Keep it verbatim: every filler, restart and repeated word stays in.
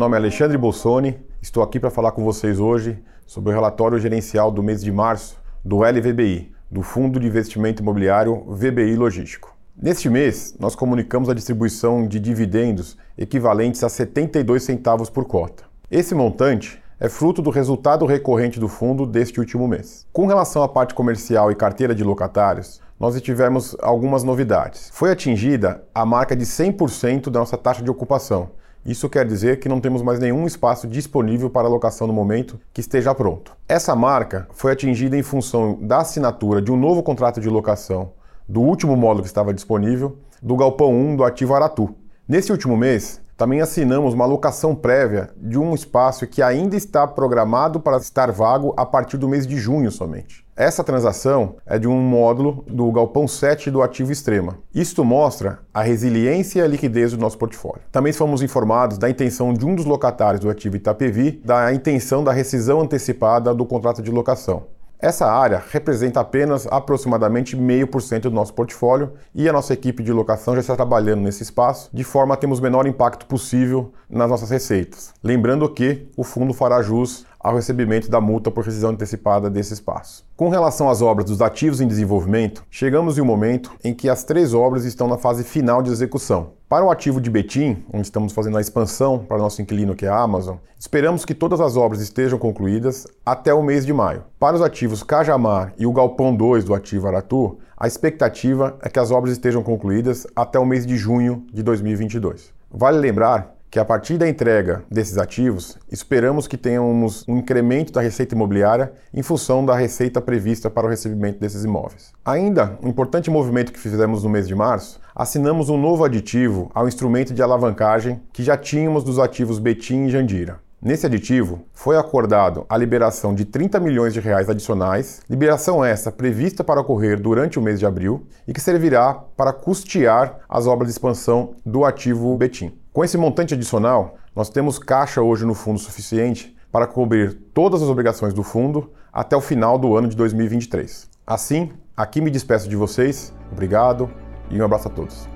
nome é Alexandre Bossoni, estou aqui para falar com vocês hoje sobre o relatório gerencial do mês de março do L V B I, do Fundo de Investimento Imobiliário V B I Logístico. Neste mês, nós comunicamos a distribuição de dividendos equivalentes a setenta e dois centavos por cota. Esse montante é fruto do resultado recorrente do fundo deste último mês. Com relação à parte comercial e carteira de locatários, nós tivemos algumas novidades. Foi atingida a marca de cem por cento da nossa taxa de ocupação. Isso quer dizer que não temos mais nenhum espaço disponível para alocação no momento que esteja pronto. Essa marca foi atingida em função da assinatura de um novo contrato de locação do último módulo que estava disponível, do Galpão um do ativo Aratu. Nesse último mês, também assinamos uma locação prévia de um espaço que ainda está programado para estar vago a partir do mês de junho somente. Essa transação é de um módulo do Galpão sete do ativo Extrema. Isto mostra a resiliência e a liquidez do nosso portfólio. Também fomos informados da intenção de um dos locatários do ativo Itapevi, da intenção da rescisão antecipada do contrato de locação. Essa área representa apenas aproximadamente zero vírgula cinco por cento do nosso portfólio e a nossa equipe de locação já está trabalhando nesse espaço de forma a termos o menor impacto possível nas nossas receitas. Lembrando que o fundo fará jus ao recebimento da multa por rescisão antecipada desse espaço. Com relação às obras dos ativos em desenvolvimento, chegamos em um momento em que as três obras estão na fase final de execução. Para o ativo de Betim, onde estamos fazendo a expansão para o nosso inquilino que é a Amazon, esperamos que todas as obras estejam concluídas até o mês de maio. Para os ativos Cajamar e o Galpão dois do ativo Aratu, a expectativa é que as obras estejam concluídas até o mês de junho de dois mil e vinte e dois. Vale lembrar que a partir da entrega desses ativos, esperamos que tenhamos um incremento da receita imobiliária em função da receita prevista para o recebimento desses imóveis. Ainda, um importante movimento que fizemos no mês de março, assinamos um novo aditivo ao instrumento de alavancagem que já tínhamos dos ativos Betim e Jandira. Nesse aditivo, foi acordado a liberação de trinta milhões de reais adicionais, liberação essa prevista para ocorrer durante o mês de abril e que servirá para custear as obras de expansão do ativo Betim. Com esse montante adicional, nós temos caixa hoje no fundo suficiente para cobrir todas as obrigações do fundo até o final do ano de dois mil e vinte e três. Assim, aqui me despeço de vocês, obrigado e um abraço a todos.